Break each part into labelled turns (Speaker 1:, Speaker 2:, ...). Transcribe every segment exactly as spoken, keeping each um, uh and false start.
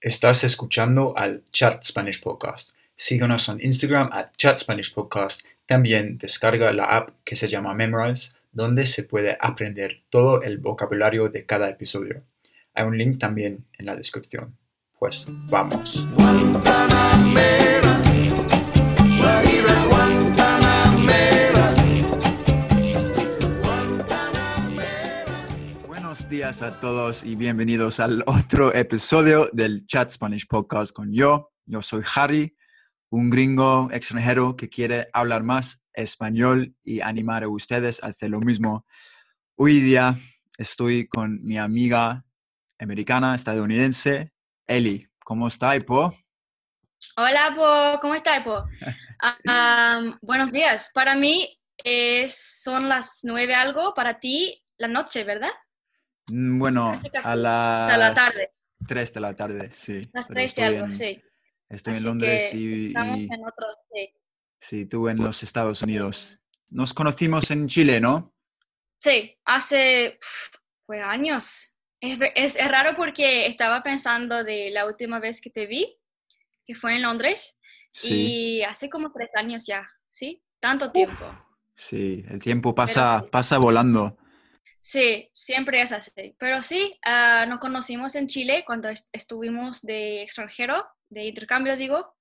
Speaker 1: Estás escuchando al Chat Spanish Podcast. Síguenos en Instagram at Chat Spanish Podcast. También descarga la app que se llama Memrise, donde se puede aprender todo el vocabulario de cada episodio. Hay un link también en la descripción. Pues vamos.
Speaker 2: Guantanamera, Guajira, Guantanamera, Guantanamera.
Speaker 3: Buenos días a todos y bienvenidos al otro episodio del Chat Spanish Podcast con yo. Yo soy Harry, un gringo extranjero que quiere hablar más español y animar a ustedes a hacer lo mismo. Hoy día estoy con mi amiga americana, estadounidense, Eli. ¿Cómo está, Po?
Speaker 4: Hola, Po. ¿Cómo estás, Po? Ah, um, buenos días. Para mí es, son las nueve algo, para ti la noche, ¿verdad?
Speaker 3: Mm, Bueno,
Speaker 4: Casi, casi.
Speaker 3: a
Speaker 4: Hasta la
Speaker 3: las
Speaker 4: tarde.
Speaker 3: tres de la tarde, sí.
Speaker 4: Las
Speaker 3: Pero
Speaker 4: tres y
Speaker 3: estoy
Speaker 4: algo,
Speaker 3: en,
Speaker 4: sí.
Speaker 3: estoy en
Speaker 4: Así
Speaker 3: Londres
Speaker 4: que
Speaker 3: y,
Speaker 4: estamos
Speaker 3: y
Speaker 4: en otro, sí.
Speaker 3: sí, tú en los Estados Unidos. Nos conocimos en Chile, ¿no?
Speaker 4: Sí, hace uf, pues, años. Es, ve- es, es raro porque estaba pensando de la última vez que te vi, que fue en Londres,
Speaker 3: Sí.
Speaker 4: y hace como tres años ya, ¿sí? Tanto
Speaker 3: Uf.
Speaker 4: tiempo.
Speaker 3: Sí, el tiempo
Speaker 4: Pero
Speaker 3: pasa,
Speaker 4: sí.
Speaker 3: pasa volando.
Speaker 4: Sí, siempre es así. Pero sí, ah, nos conocimos en Chile cuando est- estuvimos de extranjero, de intercambio, digo.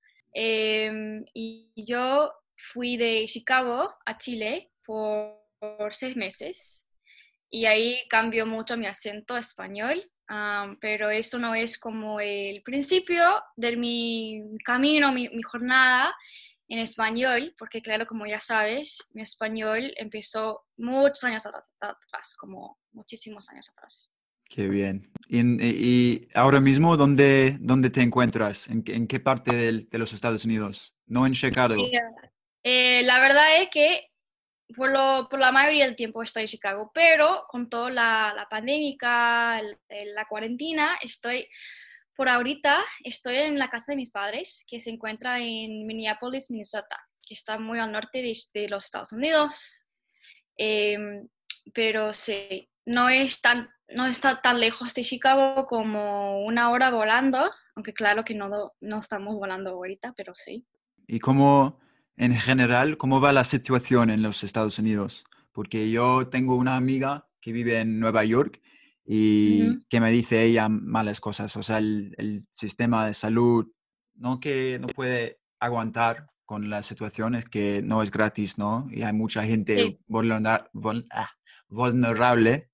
Speaker 4: Em, y yo fui de Chicago a Chile por, por seis meses y ahí cambió mucho mi acento español, am, pero eso no es como el principio de mi camino, mi, mi jornada en español, porque claro, como ya sabes, mi español empezó muchos años atrás, atrás, como muchísimos años atrás.
Speaker 3: Qué bien. Y, en- y ahora mismo, ¿dónde, dónde te encuentras? ¿En, qué en qué parte del- de los Estados Unidos? No en Chicago.
Speaker 4: Y, eh, la verdad es que por, lo, por la mayoría del tiempo estoy en Chicago, pero con toda la, la pandemia, el- el- la cuarentena, estoy, por ahorita, estoy en la casa de mis padres, que se encuentra en Minneapolis, Minnesota, que está muy al norte de, de los Estados Unidos. Em, pero sí, no es tan, no está tan lejos de Chicago como una hora volando, aunque claro que no, no estamos volando ahorita, pero sí.
Speaker 3: ¿Y cómo, en general, cómo va la situación en los Estados Unidos? Porque yo tengo una amiga que vive en Nueva York
Speaker 4: Ujú.
Speaker 3: y que me dice ella malas cosas. O sea, el, el sistema de salud, no que no puede aguantar con la situación, es que no es gratis, ¿no? Y hay mucha gente
Speaker 4: Sí.
Speaker 3: vulnera- vul- ah, vulnerable.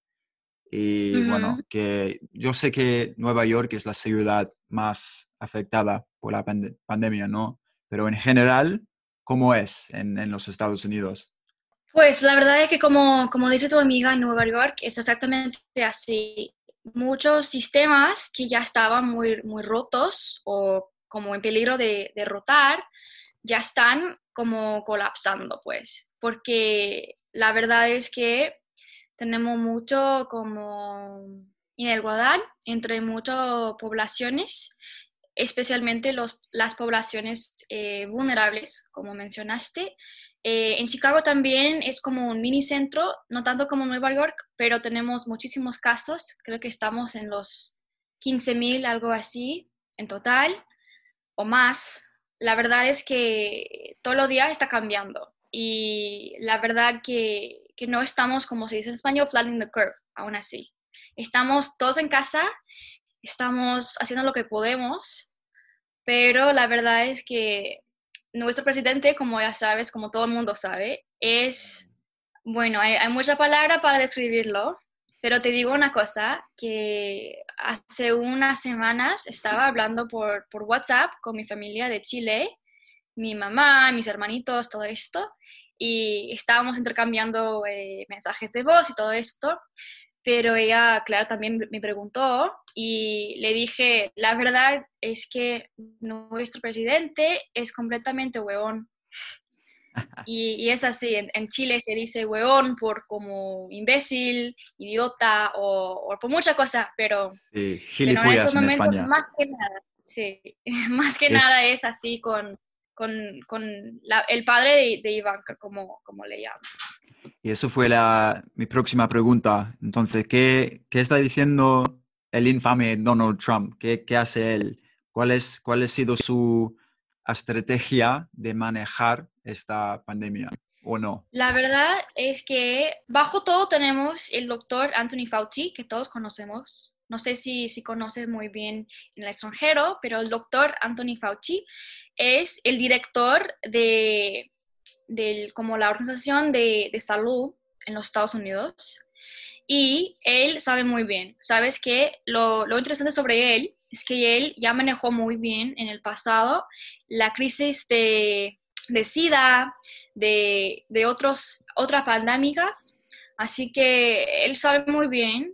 Speaker 3: Y
Speaker 4: Ujú.
Speaker 3: bueno, que yo sé que Nueva York es la ciudad más afectada por la pande- pandemia, ¿no? Pero en general, ¿cómo es en, en los Estados Unidos?
Speaker 4: Pues la verdad es que como, como dice tu amiga en Nueva York, es exactamente así. Muchos sistemas que ya estaban muy, muy rotos o como en peligro de, de rotar, ya están como colapsando, pues, porque la verdad es que tenemos mucho como inigualdad entre muchas poblaciones, especialmente los, las poblaciones eh, vulnerables, como mencionaste. Eh, en Chicago también es como un mini centro, no tanto como Nueva York, pero tenemos muchísimos casos, creo que estamos en los quince mil, algo así, en total, o más. La verdad es que todos los días está cambiando y la verdad que, que no estamos, como se dice en español, flattening the curve, aún así. Estamos todos en casa, estamos haciendo lo que podemos, pero la verdad es que nuestro presidente, como ya sabes, como todo el mundo sabe, es, bueno, hay, hay mucha palabra para describirlo, pero te digo una cosa, que hace unas semanas estaba hablando por, por WhatsApp con mi familia de Chile, mi mamá, mis hermanitos, todo esto, y estábamos intercambiando eh, mensajes de voz y todo esto, pero ella, claro, también me preguntó y le dije, la verdad es que nuestro presidente es completamente hueón. Y, y es así, en, en Chile se dice hueón por como imbécil, idiota o, o por muchas cosas, pero,
Speaker 3: Sí,
Speaker 4: pero en esos
Speaker 3: gilipollas en
Speaker 4: momentos
Speaker 3: España.
Speaker 4: más que nada, sí, más que
Speaker 3: Es,
Speaker 4: nada es así con, con, con la- el padre de, de Ivanka, como, como le llaman.
Speaker 3: y eso fue la, mi próxima pregunta. Entonces, ¿qué, qué está diciendo el infame Donald Trump? ¿Qué, qué hace él ¿Cuál es, cuál ha sido su estrategia de manejar esta pandemia o no?
Speaker 4: La verdad es que bajo todo tenemos el doctor Anthony Fauci, que todos conocemos. No sé si, si conoces muy bien en el extranjero, pero el doctor Anthony Fauci es el director de, del- como la Organización de, de Salud en los Estados Unidos. Y él sabe muy bien. Sabes que lo, lo interesante sobre él es que él ya manejó muy bien en el pasado la crisis de, de SIDA, de, de otros, otras pandémicas. Así que él sabe muy bien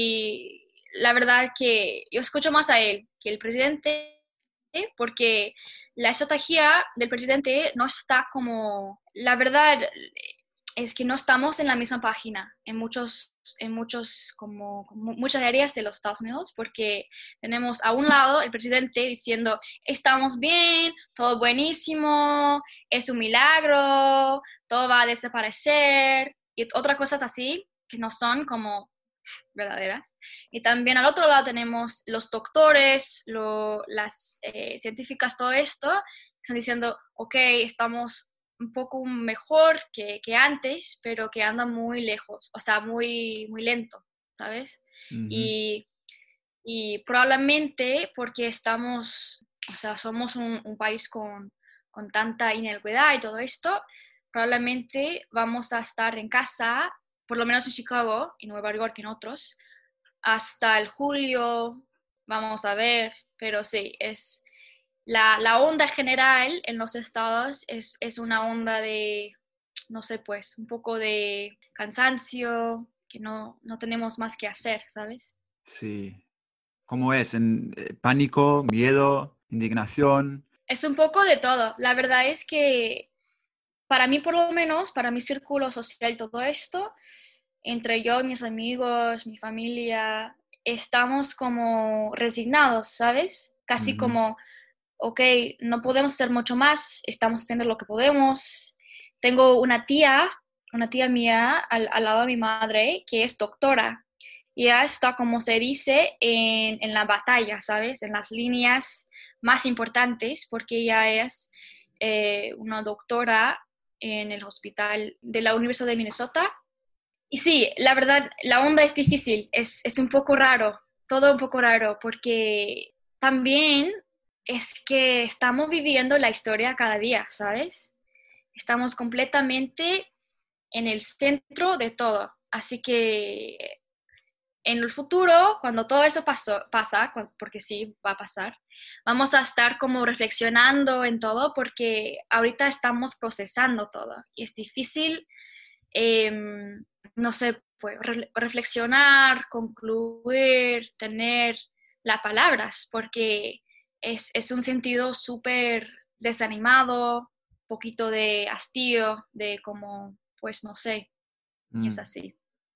Speaker 4: y la verdad que yo escucho más a él que el presidente porque la estrategia del presidente no está como, la verdad, es que no estamos en la misma página en muchos, en muchos, como, como muchas áreas de los Estados Unidos, porque tenemos a un lado el presidente diciendo, estamos bien, todo buenísimo, es un milagro, todo va a desaparecer, y otras cosas así que no son como verdaderas. Y también al otro lado tenemos los doctores, lo, las eh, científicas, todo esto, que están diciendo, ok, estamos un poco mejor que, que antes, pero que andan muy lejos, o sea, muy, muy lento, ¿sabes?
Speaker 3: Ujú.
Speaker 4: Y, y probablemente porque estamos, o sea, somos un, un país con, con tanta inequidad y todo esto, probablemente vamos a estar en casa, por lo menos en Chicago y Nueva York y en otros, hasta el julio, vamos a ver, pero sí, es la, la onda general en los estados es, es una onda de, no sé, pues, un poco de cansancio, que no, no tenemos más que hacer, ¿sabes?
Speaker 3: Sí. ¿Cómo es? ¿En, eh, pánico, miedo, indignación?
Speaker 4: Es un poco de todo. La verdad es que para mí, por lo menos, para mi círculo social, todo esto, entre yo, mis amigos, mi familia, estamos como resignados, ¿sabes? Casi
Speaker 3: Ujú.
Speaker 4: como, ok, no podemos hacer mucho más, estamos haciendo lo que podemos. Tengo una tía, una tía mía al, al lado de mi madre, que es doctora. Y ella está, como se dice, en, en la batalla, ¿sabes? En las líneas más importantes, porque ella es eh, una doctora en el hospital de la Universidad de Minnesota. Y sí, la verdad, la onda es difícil, es, es un poco raro, todo un poco raro, porque también es que estamos viviendo la historia cada día, ¿sabes? Estamos completamente en el centro de todo. Así que en el futuro, cuando todo eso pasó, pasa, porque sí, va a pasar, vamos a estar como reflexionando en todo porque ahorita estamos procesando todo y es difícil, eh, no sé, pues, re reflexionar, concluir, tener las palabras, porque es, es un sentido súper desanimado, poquito de hastío, de como, pues no sé, y es
Speaker 3: Mm.
Speaker 4: así.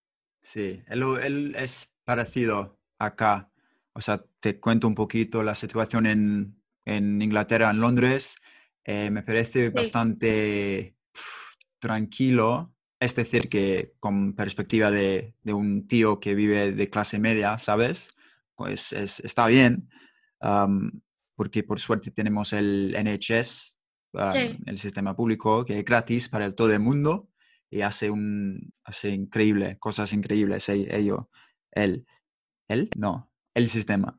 Speaker 3: Sí, él, él es parecido acá. O sea, te cuento un poquito la situación en, en Inglaterra, en Londres. Eh, me parece
Speaker 4: Sí,
Speaker 3: bastante pf, tranquilo. Es decir, que con perspectiva de, de un tío que vive de clase media, ¿sabes? Pues es- está bien, am, porque por suerte tenemos el N H S, am,
Speaker 4: sí,
Speaker 3: el sistema público, que es gratis para el todo el mundo y hace un hace increíble, cosas increíbles e- ello, él, él, no, el sistema.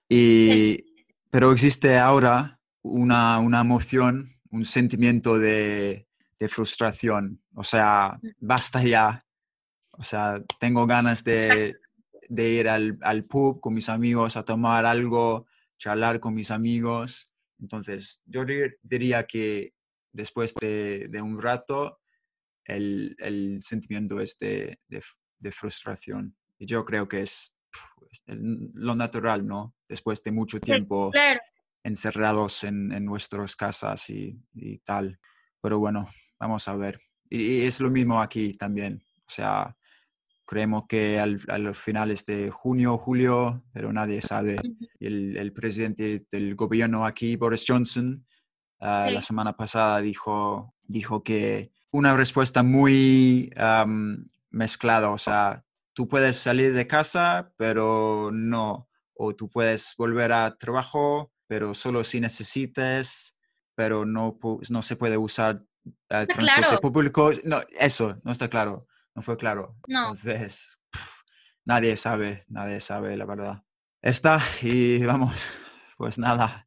Speaker 4: sí.
Speaker 3: Y, pero existe ahora una, una emoción, un sentimiento de, de frustración. O sea, basta ya. O sea, tengo ganas de, de ir al, al pub con mis amigos a tomar algo, charlar con mis amigos. Entonces, yo dir- diría que después de, de un rato el, el sentimiento es de, de- de frustración. Y yo creo que es pf, el- lo natural, ¿no? Después de mucho
Speaker 4: Sí,
Speaker 3: tiempo
Speaker 4: claro.
Speaker 3: encerrados en, en nuestras casas y, y tal. Pero bueno, vamos a ver. Y, y es lo mismo aquí también. O sea, creemos que al, al finales de junio, julio, pero nadie sabe.
Speaker 4: Ujú.
Speaker 3: Y el, el presidente del gobierno aquí, Boris Johnson, ah, la
Speaker 4: Sí,
Speaker 3: semana pasada dijo, dijo que una respuesta muy am, mezclada, o sea, tú puedes salir de casa, pero no, o tú puedes volver a trabajo, pero solo si necesites, pero no, pu- no se puede usar el
Speaker 4: Está
Speaker 3: transporte
Speaker 4: claro,
Speaker 3: público. No, eso no está claro, no fue claro.
Speaker 4: no.
Speaker 3: Entonces, pf, nadie sabe, nadie sabe la verdad. Está y vamos, pues nada.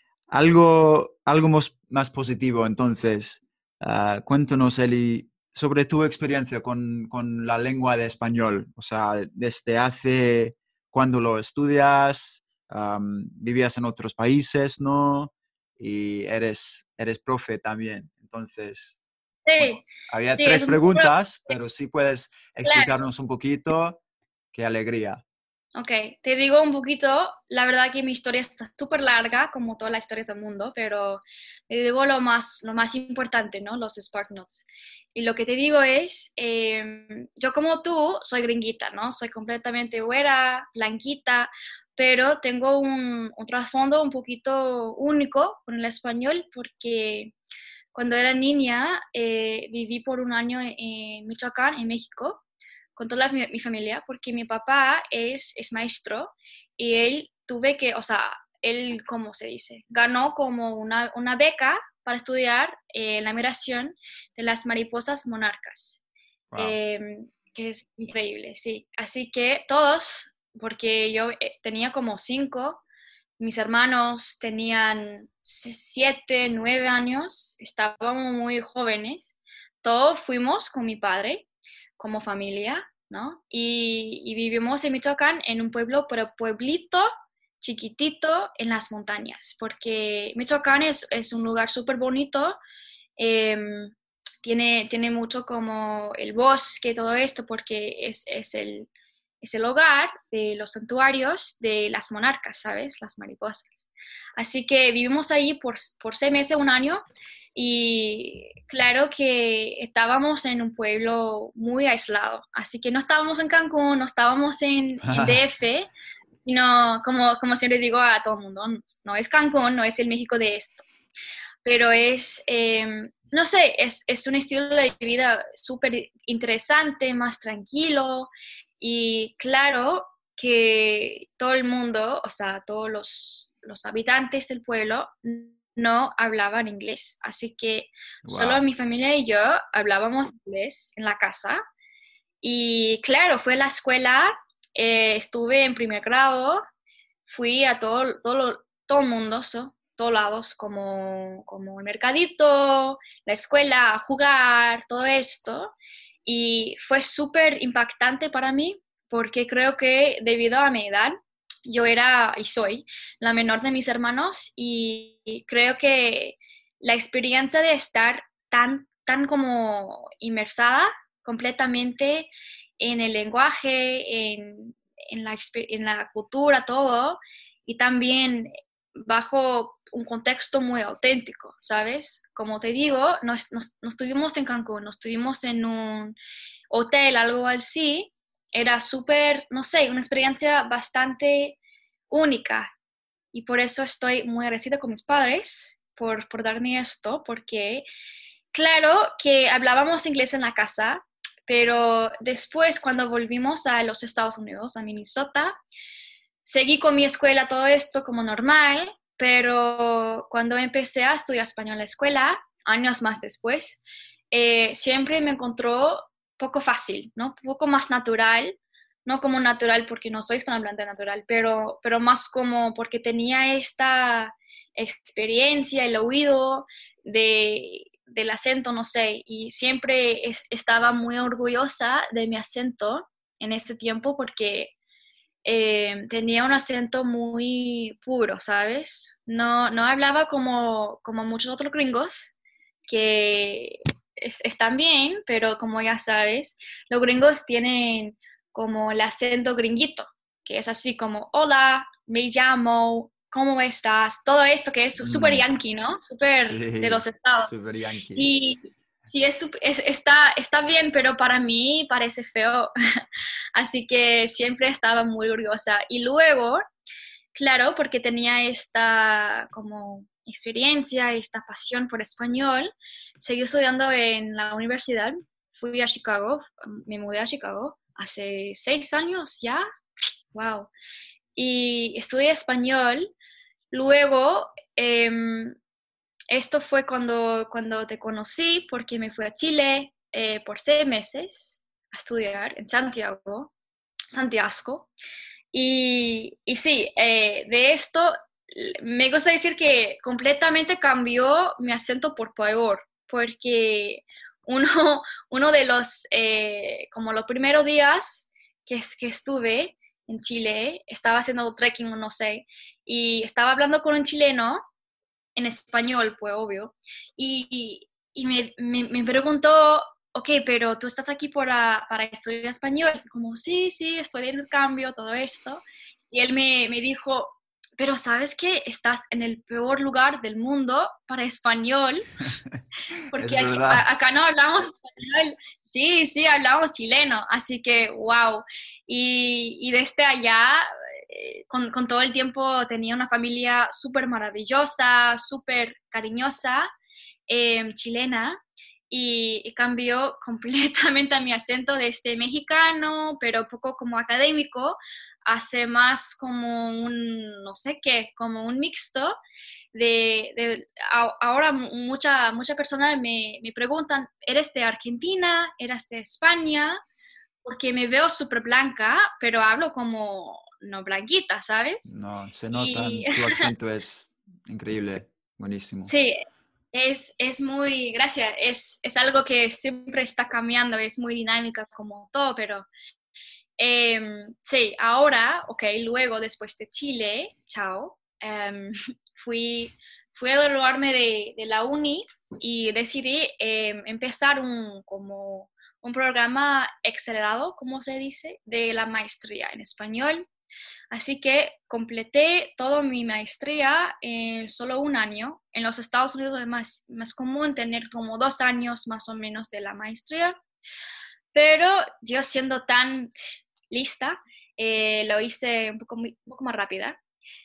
Speaker 3: Algo, algo mos- más positivo, entonces. Ah, cuéntanos, Eli, sobre tu experiencia con, con la lengua de español. O sea, desde hace cuando lo estudias, am, vivías en otros países, ¿no? Y eres, eres profe también. Entonces, bueno,
Speaker 4: Sí,
Speaker 3: había
Speaker 4: sí,
Speaker 3: tres
Speaker 4: es un poco
Speaker 3: preguntas, pero si puedes
Speaker 4: claro.
Speaker 3: explicarnos un poquito, qué alegría.
Speaker 4: Ok, te digo un poquito, la verdad que mi historia está súper larga, como todas las historias del mundo, pero te digo lo más, lo más importante, ¿no? Los Spark Notes. Y lo que te digo es, eh, yo como tú soy gringuita, ¿no? Soy completamente güera, blanquita, pero tengo un, un trasfondo un poquito único con el español porque cuando era niña eh, viví por un año en Michoacán, en México con toda mi, mi familia, porque mi papá es, es maestro y él tuve que, o sea, él, ¿cómo se dice? Ganó como una, una beca para estudiar eh, la migración de las mariposas monarcas,
Speaker 3: Wow.
Speaker 4: eh, que es increíble, sí. Así que todos, porque yo eh, tenía como cinco, mis hermanos tenían siete, nueve años, estábamos muy jóvenes, todos fuimos con mi padre como familia, ¿no? Y, y vivimos en Michoacán, en un pueblo, pero pueblito chiquitito en las montañas, porque Michoacán es, es un lugar súper bonito, eh, tiene, tiene mucho como el bosque y todo esto, porque es, es, el, es el hogar de los santuarios de las monarcas, ¿sabes? Las mariposas. Así que vivimos ahí por, por seis meses, un año, y claro que estábamos en un pueblo muy aislado, así que no estábamos en Cancún, no estábamos en, en D F, sino como, como siempre digo a todo el mundo, no es Cancún, no es el México de esto, pero es, eh, no sé, es, es un estilo de vida súper interesante, más tranquilo y claro que todo el mundo, o sea, todos los, los habitantes del pueblo no hablaban inglés, así que solo
Speaker 3: Wow.
Speaker 4: mi familia y yo hablábamos inglés en la casa y claro, fue a la escuela, eh, estuve en primer grado, fui a todo, todo, todo el mundo, so, todos lados, como, como el mercadito, la escuela, a jugar, todo esto. Y fue súper impactante para mí porque creo que debido a mi edad, yo era y soy la menor de mis hermanos y, y creo que la experiencia de estar tan, tan como inmersada completamente en el lenguaje, en, en, la, en la cultura, todo, y también bajo un contexto muy auténtico, ¿sabes? Como te digo, no, no, no estuvimos en Cancún, no estuvimos en un hotel, algo así, era súper, no sé, una experiencia bastante única y por eso estoy muy agradecida con mis padres por, por darme esto, porque claro que hablábamos inglés en la casa, pero después cuando volvimos a los Estados Unidos, a Minnesota, seguí con mi escuela, todo esto como normal, pero cuando empecé a estudiar español en la escuela, años más después, eh, siempre me encontró poco fácil, ¿no? Poco más natural, no como natural porque no soy hispanohablante natural, pero, pero más como porque tenía esta experiencia, el oído de, del acento, no sé, y siempre es, estaba muy orgullosa de mi acento en ese tiempo porque eh, tenía un acento muy puro, ¿sabes? No, no hablaba como, como muchos otros gringos que es- están bien, pero como ya sabes, los gringos tienen como el acento gringuito, que es así como, hola, me llamo, ¿cómo estás? Todo esto que es súper
Speaker 3: Mm,
Speaker 4: yankee, ¿no? Súper de
Speaker 3: sí,
Speaker 4: los estados.
Speaker 3: super yankee.
Speaker 4: Y sí, es, es- está, está bien, pero para mí parece feo. Así que siempre estaba muy orgullosa. Y luego, claro, porque tenía esta como experiencia, esta pasión por español, seguí estudiando en la universidad. Fui a Chicago, me mudé a Chicago hace seis años ya. Wow. Y estudié español luego, em, esto fue cuando, cuando te conocí, porque me fui a Chile eh, por seis meses a estudiar en Santiago, Santiago. Y, y sí, eh, de esto me gusta decir que completamente cambió mi acento por peor, porque uno, uno de los, eh, como los primeros días que, que estuve en Chile, estaba haciendo trekking, no sé, y estaba hablando con un chileno en español, pues obvio, y, y me, me, me preguntó, ok, pero tú estás aquí para, para estudiar español, como sí, sí, estoy en el cambio, todo esto, y él me, me dijo, pero ¿sabes qué? Estás en el peor lugar del mundo para español,
Speaker 3: Es
Speaker 4: porque aquí-
Speaker 3: verdad.
Speaker 4: a- acá no hablamos español, sí, sí, hablamos chileno, así que wow. Y, y desde allá, eh, con, con todo el tiempo tenía una familia súper maravillosa, súper cariñosa, eh, chilena, y, y cambió completamente a mi acento de este mexicano, pero poco como académico, hace más como un, no sé qué, como un mixto de, de a, ahora muchas mucha personas me, me preguntan, ¿eres de Argentina? ¿Eres de España? Porque me veo súper blanca, pero hablo como no blanquita, ¿sabes?
Speaker 3: No, se nota,
Speaker 4: Y
Speaker 3: tu acento es increíble, buenísimo.
Speaker 4: sí, es, es muy, gracias, es, es algo que siempre está cambiando, es muy dinámica como todo, pero eh, sí, ahora, ok, luego después de Chile, chao, em, fui, fui a graduarme de, de la uni y decidí em, empezar un, como un programa acelerado, como se dice, de la maestría en español. Así que completé toda mi maestría en solo un año. En los Estados Unidos es más, más común tener como dos años más o menos de la maestría, pero yo siendo tan lista, eh, lo hice un poco, un poco más rápida.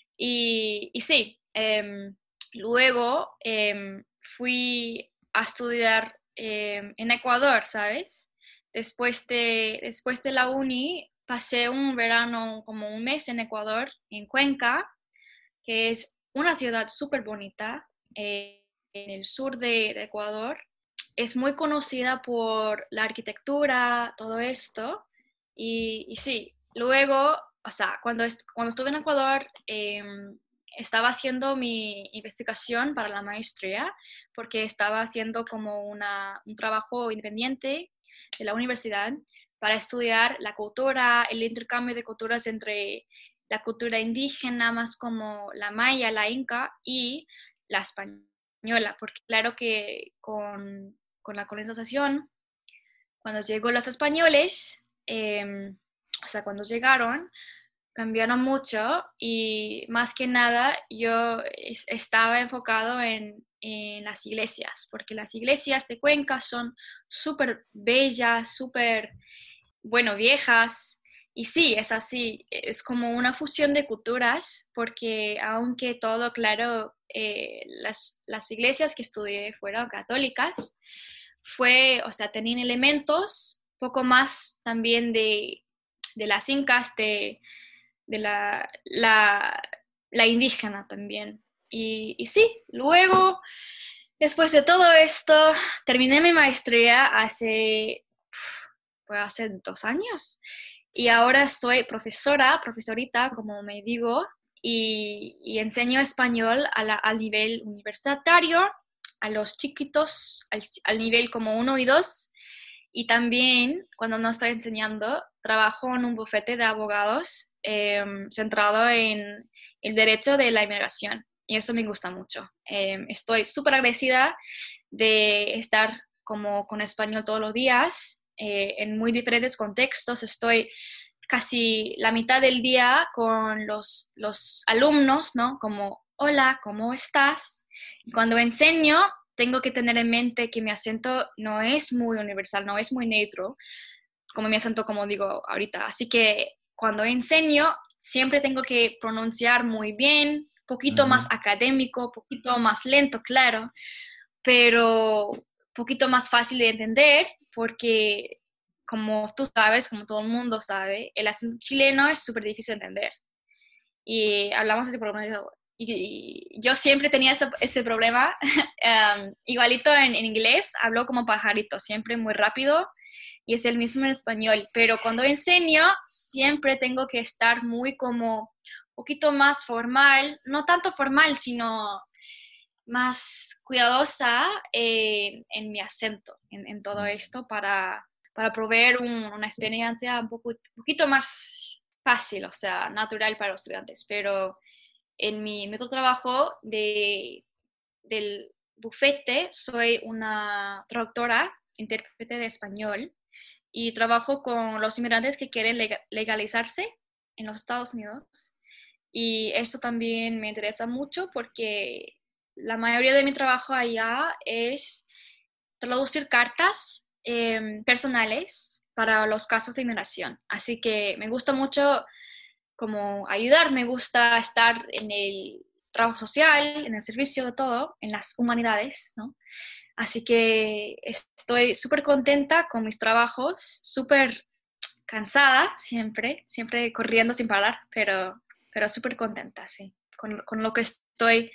Speaker 4: Y, y sí, eh, luego eh, fui a estudiar eh, en Ecuador, ¿sabes? Después de, después de la uni, pasé un verano como un mes en Ecuador, en Cuenca, que es una ciudad súper bonita eh, en el sur de, de Ecuador. Es muy conocida por la arquitectura, todo esto. Y, y sí, luego, o sea, cuando, est cuando estuve en Ecuador, eh, estaba haciendo mi investigación para la maestría, porque estaba haciendo como una, un trabajo independiente de la universidad para estudiar la cultura, el intercambio de culturas entre la cultura indígena, más como la maya, la inca y la española, porque claro que con, con la colonización, cuando llegó los españoles, eh, o sea, cuando llegaron, cambiaron mucho y más que nada yo es, estaba enfocado en, en, las iglesias, porque las iglesias de Cuenca son súper bellas, súper, bueno, viejas. Y sí, es así, es como una fusión de culturas, porque aunque todo, claro, eh, las, las iglesias que estudié fueron católicas, fue, o sea, tenían elementos, poco más también de, de las incas, de, de la, la, la indígena también. Y, y sí, luego, después de todo esto, terminé mi maestría hace, pues hace dos años y ahora soy profesora, profesorita, como me digo, y, y enseño español a la, al nivel universitario, a los chiquitos, al, al nivel como uno y dos, y también, cuando no estoy enseñando, trabajo en un bufete de abogados eh, centrado en el derecho de la inmigración. Y eso me gusta mucho. Eh, estoy súper agradecida de estar como con español todos los días, eh, en muy diferentes contextos. Estoy casi la mitad del día con los, los alumnos, ¿no? Como, hola, ¿cómo estás? Y cuando enseño, tengo que tener en mente que mi acento no es muy universal, no es muy neutro, como mi acento, como digo ahorita. Así que cuando enseño, siempre tengo que pronunciar muy bien, poquito más
Speaker 3: Ujú.
Speaker 4: académico, poquito más lento, claro, pero poquito más fácil de entender, porque como tú sabes, como todo el mundo sabe, el acento chileno es súper difícil de entender. Y hablamos así por lo menos y yo siempre tenía ese, ese problema. Um, igualito en, en inglés, hablo como pajarito, siempre muy rápido, y es el mismo en español, pero cuando enseño siempre tengo que estar muy como un poquito más formal, no tanto formal, sino más cuidadosa eh, en mi acento, en, en todo esto, para, para proveer un- una experiencia un poco, un poquito más fácil, o sea, natural para los estudiantes. Pero en mi, mi otro trabajo de, del bufete soy una traductora, intérprete de español, y trabajo con los inmigrantes que quieren lega- legalizarse en los Estados Unidos. Y esto también me interesa mucho porque la mayoría de mi trabajo allá es traducir cartas eh, personales para los casos de inmigración. Así que me gusta mucho como ayudar, me gusta estar en el trabajo social, en el servicio de todo, en las humanidades, ¿no? Así que estoy súper contenta con mis trabajos, súper cansada siempre, siempre corriendo sin parar, pero, pero súper contenta, sí, con, con lo que estoy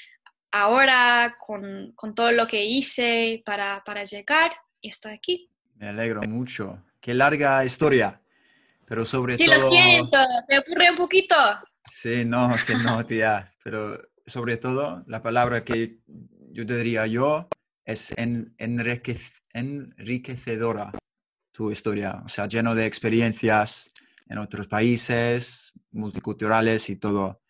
Speaker 4: ahora, con, con todo lo que hice para, para llegar y estoy aquí.
Speaker 3: Me alegro mucho. Qué larga historia, pero sobre
Speaker 4: Sí, lo
Speaker 3: todo,
Speaker 4: siento, te ocurre un poquito.
Speaker 3: sí, no, que no, tía, pero sobre todo la palabra que yo te diría yo es en, enriquec- enriquecedora tu historia, o sea, lleno de experiencias en otros países, multiculturales y todo.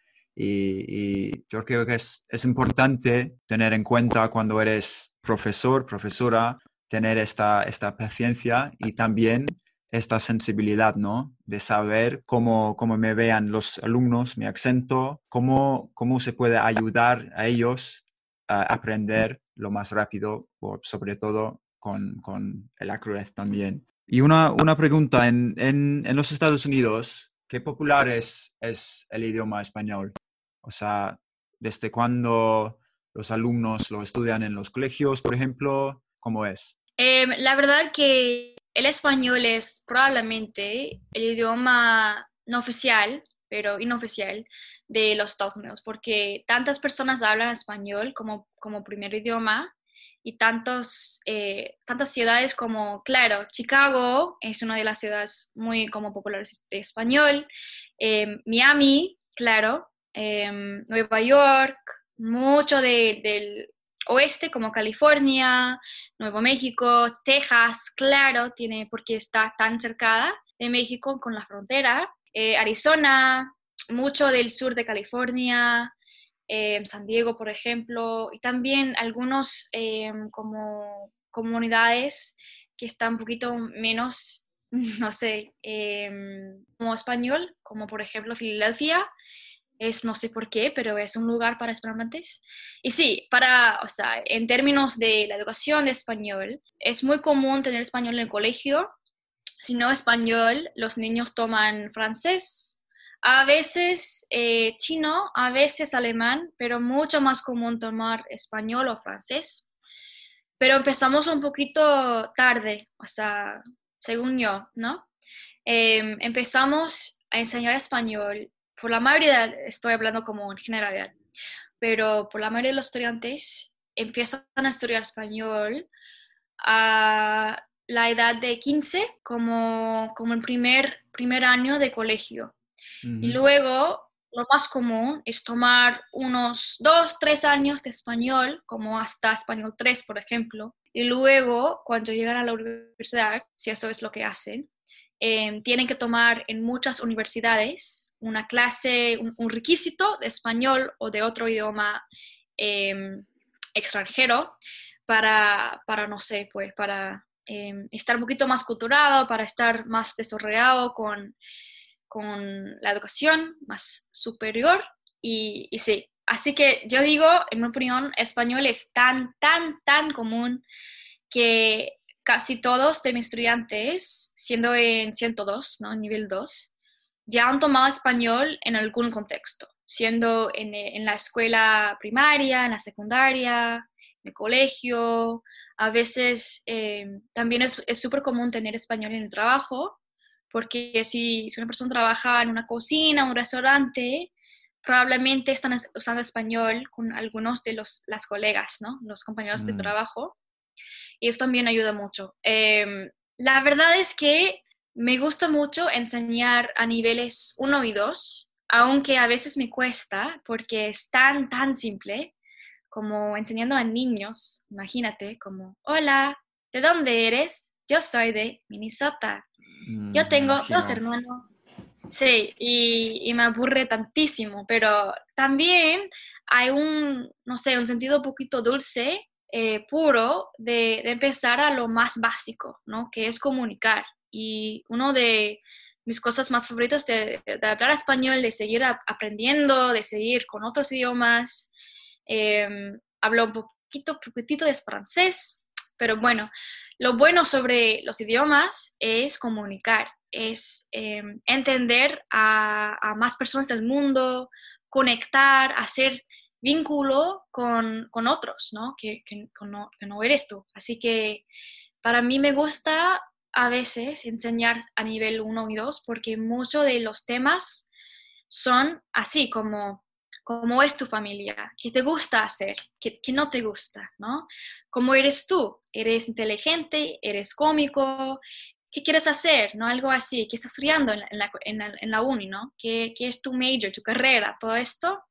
Speaker 3: Y, y yo creo que es, es importante tener en cuenta cuando eres profesor, profesora, tener esta, esta paciencia y también esta sensibilidad, ¿no? De saber cómo, cómo me vean los alumnos, mi acento, cómo, cómo se puede ayudar a ellos a aprender lo más rápido, o sobre todo con, con el acrobat también. Y una, una pregunta, en, en, en los Estados Unidos, ¿qué popular es, es el idioma español? O sea, ¿desde cuándo los alumnos lo estudian en los colegios, por ejemplo? ¿Cómo es?
Speaker 4: Eh, la verdad que el español es probablemente el idioma no oficial, pero inoficial de los Estados Unidos, porque tantas personas hablan español como, como primer idioma y tantos, eh, tantas ciudades como, claro, Chicago es una de las ciudades muy como populares de español, eh, Miami, claro, eh, Nueva York, mucho de- del oeste como California, Nuevo México, Texas, claro, tiene porque está tan cercada de México con la frontera, eh, Arizona, mucho del sur de California, eh, San Diego, por ejemplo, y también algunos eh, como comunidades que están un poquito menos, no sé, eh, como español, como por ejemplo Filadelfia, es no sé por qué, pero es un lugar para hispanohablantes. Y sí, para, o sea, en términos de la educación de español, es muy común tener español en el colegio. Si no español, los niños toman francés, a veces eh, chino, a veces alemán, pero mucho más común tomar español o francés. Pero empezamos un poquito tarde, o sea, según yo, ¿no? Eh, empezamos a enseñar español, por la mayoría, estoy hablando como en generalidad, pero por la mayoría de los estudiantes empiezan a estudiar español a la edad de quince, como, como el primer, primer año de colegio. Y
Speaker 3: Ujú.
Speaker 4: luego, lo más común es tomar unos dos, tres años de español, como hasta español tres, por ejemplo. Y luego, cuando llegan a la universidad, si eso es lo que hacen, eh, tienen que tomar en muchas universidades una clase, un, un requisito de español o de otro idioma eh, extranjero para, para, no sé, pues para eh, estar un poquito más culturado, para estar más desarrollado con con la educación más superior y, y sí, así que yo digo, en mi opinión, español es tan, tan, tan común que casi todos de mis estudiantes, siendo en ciento dos, ¿no? Nivel dos, ya han tomado español en algún contexto, siendo en, en la escuela primaria, en la secundaria, en el colegio. A veces eh, también es súper común tener español en el trabajo, porque si, si una persona trabaja en una cocina, un restaurante, probablemente están es- usando español con algunos de los, las colegas, ¿no? Los compañeros de
Speaker 3: Mm.
Speaker 4: trabajo. Y eso también ayuda mucho. Em, la verdad es que me gusta mucho enseñar a niveles uno y dos, aunque a veces me cuesta porque es tan, tan simple como enseñando a niños, imagínate, como, hola, ¿de dónde eres? Yo soy de Minnesota.
Speaker 3: Mm,
Speaker 4: Yo
Speaker 3: me
Speaker 4: tengo dos
Speaker 3: imagino.
Speaker 4: hermanos. Sí, y, y me aburre tantísimo, pero también hay un, no sé, un sentido un poquito dulce, eh, puro, de, de empezar a lo más básico, ¿no? Que es comunicar. Y uno de mis cosas más favoritas de, de hablar español, de seguir a- aprendiendo, de seguir con otros idiomas. Eh, hablo un poquito, poquitito de francés, pero bueno, lo bueno sobre los idiomas es comunicar, es eh, entender a, a más personas del mundo, conectar, hacer vínculo con, con otros, ¿no? Que, que, que no? que no eres tú. Así que para mí me gusta a veces enseñar a nivel uno y dos porque muchos de los temas son así como cómo es tu familia, qué te gusta hacer, qué, qué no te gusta, ¿no? ¿Cómo eres tú? ¿Eres inteligente? ¿Eres cómico? ¿Qué quieres hacer? ¿No? Algo así. ¿Qué estás estudiando en la, en la, en la, en la uni? ¿No? ¿Qué, ¿Qué es tu major, tu carrera? Todo esto.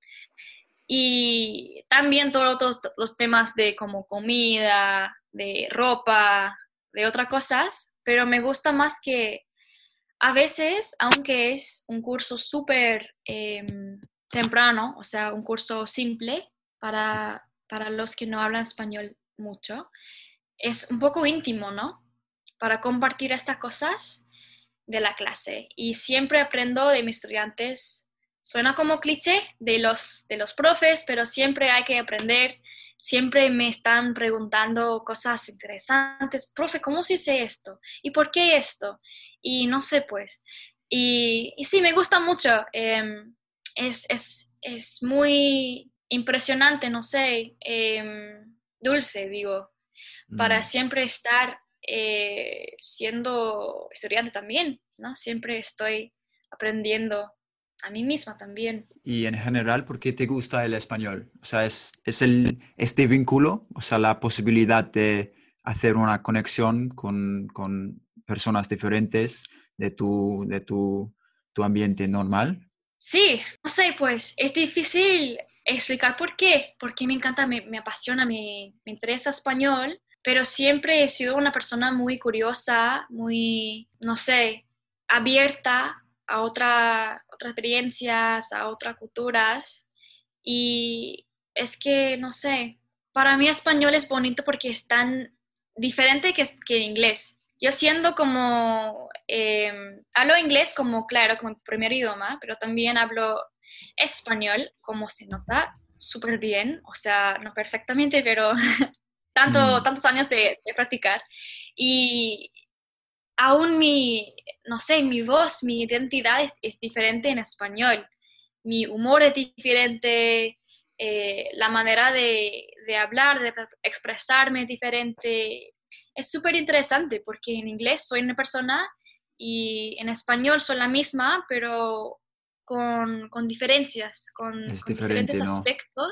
Speaker 4: Y también todos los, los temas de como comida, de ropa, de otras cosas, pero me gusta más que a veces, aunque es un curso súper eh, temprano, o sea, un curso simple para, para los que no hablan español mucho, es un poco íntimo, ¿no? Para compartir estas cosas de la clase. Y siempre aprendo de mis estudiantes. Suena como cliché de los, de los profes, pero siempre hay que aprender. Siempre me están preguntando cosas interesantes. Profe, ¿cómo se dice esto? ¿Y por qué esto? Y no sé, pues. Y, y sí, me gusta mucho. Eh, es, es, es muy impresionante, no sé, eh, dulce, digo, para
Speaker 3: Mm.
Speaker 4: siempre estar eh, siendo estudiante también, ¿no? Siempre estoy aprendiendo a mí misma también.
Speaker 3: Y en general, ¿por qué te gusta el español? O sea, es, es el, este vínculo, o sea, la posibilidad de hacer una conexión con, con personas diferentes de tu, de tu, tu ambiente normal.
Speaker 4: Sí, no sé, pues es difícil explicar por qué, porque me encanta, me, me apasiona, me, me interesa español, pero siempre he sido una persona muy curiosa, muy, no sé, abierta a otra, otras experiencias, a otras culturas. Y es que, no sé, para mí español es bonito porque es tan diferente que, que inglés. Yo siendo como, eh, hablo inglés como, claro, como mi primer idioma, pero también hablo español, como se nota, súper bien, o sea, no perfectamente, pero tanto,
Speaker 3: Mm.
Speaker 4: tantos años de, de practicar. Y aún mi, no sé, mi voz, mi identidad es, es diferente en español. Mi humor es diferente, eh, la manera de, de hablar, de expresarme es diferente. Es súper interesante porque en inglés soy una persona y en español soy la misma, pero con, con diferencias, con,
Speaker 3: Es
Speaker 4: con diferentes
Speaker 3: diferente, ¿no?
Speaker 4: aspectos.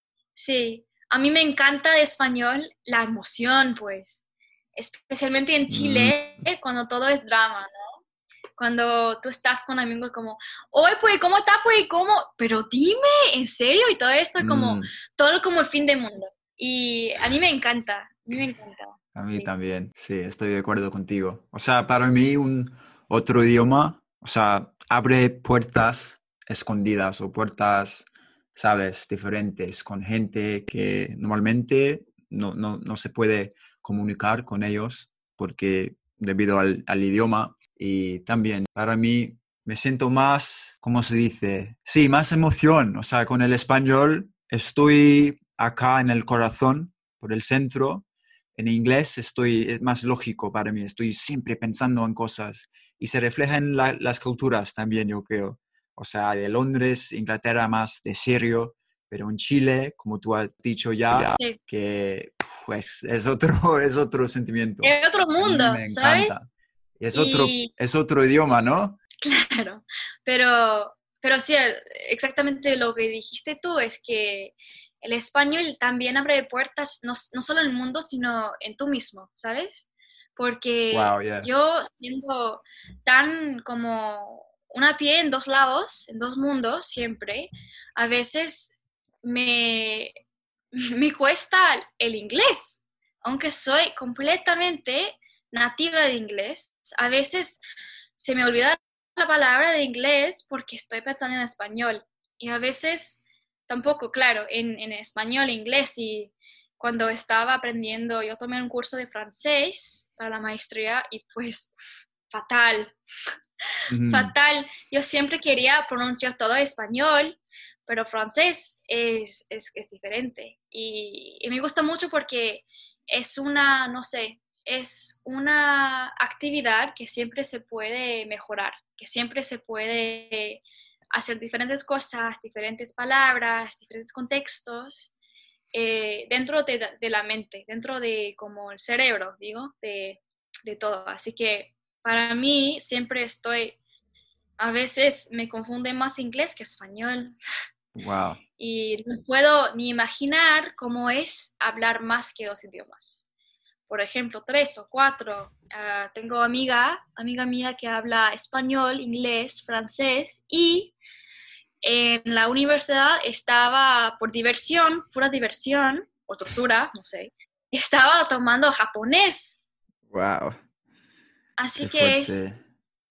Speaker 4: Sí, a mí me encanta de español la emoción, pues, especialmente en
Speaker 3: Mm,
Speaker 4: Chile, cuando todo es drama, ¿no? Cuando tú estás con amigos como, oye, pues, ¿cómo estás, pues? ¿Cómo? Pero dime, ¿en serio? Y todo esto es como,
Speaker 3: mm.
Speaker 4: todo como el fin del mundo. Y a mí me encanta, a mí me encanta.
Speaker 3: A mí
Speaker 4: Sí.
Speaker 3: también, sí, estoy de acuerdo contigo. O sea, para mí un otro idioma, o sea, abre puertas escondidas o puertas, sabes, diferentes con gente que normalmente no, no, no se puede comunicar con ellos porque debido al, al idioma. Y también para mí me siento más, ¿cómo se dice? Sí, más emoción. O sea, con el español estoy acá en el corazón, por el centro. En inglés estoy, es más lógico para mí, estoy siempre pensando en cosas y se refleja en la- las culturas también, yo creo. O sea, de Londres, Inglaterra más de serio, pero en Chile, como tú has dicho ya,
Speaker 4: Sí.
Speaker 3: que pues es otro, es otro sentimiento.
Speaker 4: Es otro
Speaker 3: A mí
Speaker 4: mundo,
Speaker 3: me
Speaker 4: ¿sabes?
Speaker 3: encanta. Es otro,
Speaker 4: Y
Speaker 3: es otro idioma, ¿no?
Speaker 4: claro, pero pero sí, exactamente lo que dijiste tú es que el español también abre puertas, no, no solo en el mundo, sino en tú mismo, ¿sabes? Porque
Speaker 3: Wow, yeah.
Speaker 4: yo siendo tan como una pie en dos lados, en dos mundos siempre, a veces me, me cuesta el inglés, aunque soy completamente nativa de inglés, a veces se me olvida la palabra de inglés porque estoy pensando en español y a veces tampoco, claro, en, en español, inglés y cuando estaba aprendiendo, yo tomé un curso de francés para la maestría y pues fatal,
Speaker 3: Mhm.
Speaker 4: fatal. Yo siempre quería pronunciar todo español, pero francés es, es, es diferente. Y, y me gusta mucho porque es una, no sé, es una actividad que siempre se puede mejorar, que siempre se puede hacer diferentes cosas, diferentes palabras, diferentes contextos eh, dentro de, de la mente, dentro de como el cerebro, digo, de, de todo. Así que para mí siempre estoy, a veces me confunde más inglés que español
Speaker 3: Wow.
Speaker 4: y no puedo ni imaginar cómo es hablar más que dos idiomas. Por ejemplo, tres o cuatro. Uh, tengo amiga, amiga mía que habla español, inglés, francés y en la universidad estaba por diversión, pura diversión o tortura, no sé, estaba tomando japonés.
Speaker 3: Wow.
Speaker 4: Así
Speaker 3: Qué
Speaker 4: que es,
Speaker 3: fuerte.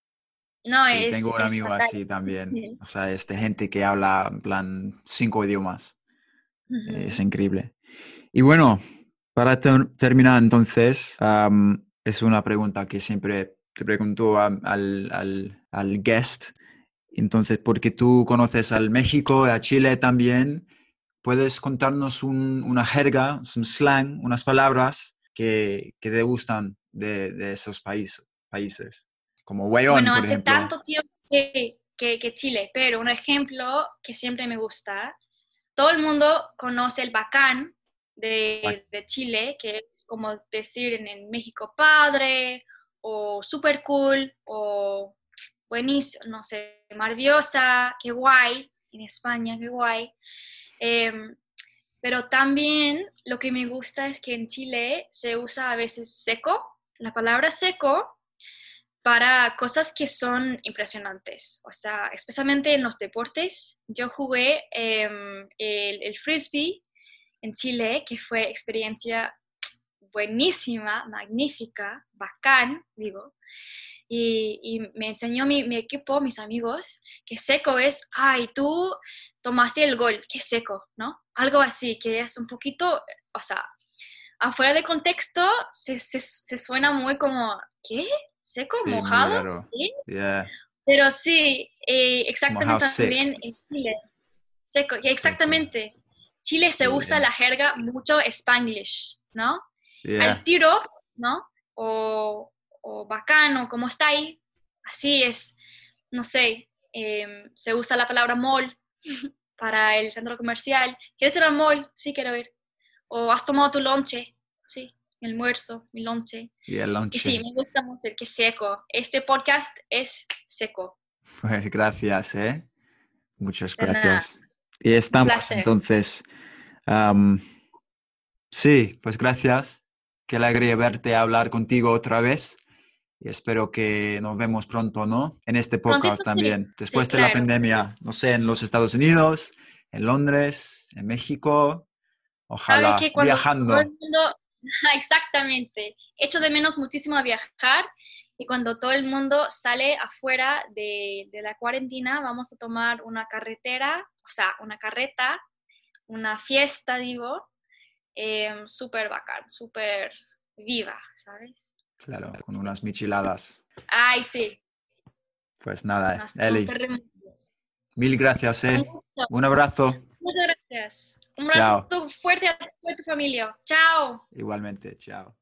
Speaker 4: no,
Speaker 3: Sí,
Speaker 4: es,
Speaker 3: tengo un
Speaker 4: es
Speaker 3: amigo
Speaker 4: fatal.
Speaker 3: así también.
Speaker 4: Sí.
Speaker 3: O sea, es de gente que habla en plan cinco idiomas. Eh, Es
Speaker 4: Ujú.
Speaker 3: increíble. Y bueno, para ter- terminar entonces, am, es una pregunta que siempre te pregunto a- al, al, al guest. Entonces, porque tú conoces al México, a Chile también, ¿puedes contarnos un- una jerga, un slang, unas palabras que, que te gustan de, de esos países, países? Como weón,
Speaker 4: Bueno,
Speaker 3: por
Speaker 4: hace
Speaker 3: ejemplo.
Speaker 4: tanto tiempo que, que, que Chile, pero un ejemplo que siempre me gusta, todo el mundo conoce el bacán de, de Chile, que es como decir en, en México padre, o super cool, o buenísimo, no sé, maravillosa, qué guay, en España, qué guay. Eh, pero también lo que me gusta es que en Chile se usa a veces seco, la palabra seco para cosas que son impresionantes, o sea, especialmente en los deportes. Yo jugué eh, el, el frisbee en Chile, que fue experiencia buenísima, magnífica, bacán, digo, y, y me enseñó mi, mi equipo, mis amigos, que seco es, ay, tú tomaste el gol, qué seco, ¿no? Algo así, que es un poquito, o sea, afuera de contexto se, se, se suena muy como, ¿qué? ¿Seco?
Speaker 3: Sí, muy
Speaker 4: ¿Mojado?
Speaker 3: raro.
Speaker 4: ¿Qué?
Speaker 3: Yeah.
Speaker 4: Pero sí, eh,
Speaker 3: Como how
Speaker 4: exactamente
Speaker 3: sick.
Speaker 4: también en Chile, seco, y
Speaker 3: Seco.
Speaker 4: exactamente. Chile se
Speaker 3: Sí,
Speaker 4: usa
Speaker 3: en-
Speaker 4: la jerga mucho Spanglish, ¿no?
Speaker 3: yeah.
Speaker 4: Al tiro, ¿no? O, o bacano, ¿cómo está ahí? Así es, no sé, eh, se usa la palabra mall para el centro comercial. ¿Quieres ir al mall? Sí, quiero ir. O has tomado tu lonche, sí, mi almuerzo, mi lonche.
Speaker 3: Y el
Speaker 4: Y sí,
Speaker 3: lonche.
Speaker 4: me gusta mucho el que es seco. Este podcast es seco.
Speaker 3: Pues gracias, ¿eh? Muchas
Speaker 4: De nada,
Speaker 3: gracias. Y
Speaker 4: un
Speaker 3: estamos
Speaker 4: placer.
Speaker 3: entonces. am, sí, pues gracias. Qué alegría verte hablar contigo otra vez. Y espero que nos vemos pronto, ¿no? En este podcast
Speaker 4: Prontito sí,
Speaker 3: también.
Speaker 4: sí,
Speaker 3: Después de la
Speaker 4: claro.
Speaker 3: pandemia, no sé, en los Estados Unidos, en Londres, en México.
Speaker 4: Sabe
Speaker 3: Ojalá
Speaker 4: que cuando todo el
Speaker 3: viajando.
Speaker 4: mundo, exactamente, echo de menos muchísimo viajar y cuando todo el mundo sale afuera de, de la cuarentena, vamos a tomar una carretera, o sea, una carreta, una fiesta, digo, eh, súper bacán, súper viva, ¿sabes?
Speaker 3: Claro, con
Speaker 4: Sí.
Speaker 3: unas micheladas.
Speaker 4: Ay, sí,
Speaker 3: Pues nada,
Speaker 4: unas- unos
Speaker 3: Eli,
Speaker 4: terremotos.
Speaker 3: mil gracias,
Speaker 4: Un
Speaker 3: ¿eh?
Speaker 4: gusto.
Speaker 3: Un abrazo.
Speaker 4: Muchas gracias. Un abrazo
Speaker 3: Chao.
Speaker 4: fuerte a tu, a tu familia. Chao.
Speaker 3: Igualmente, chao.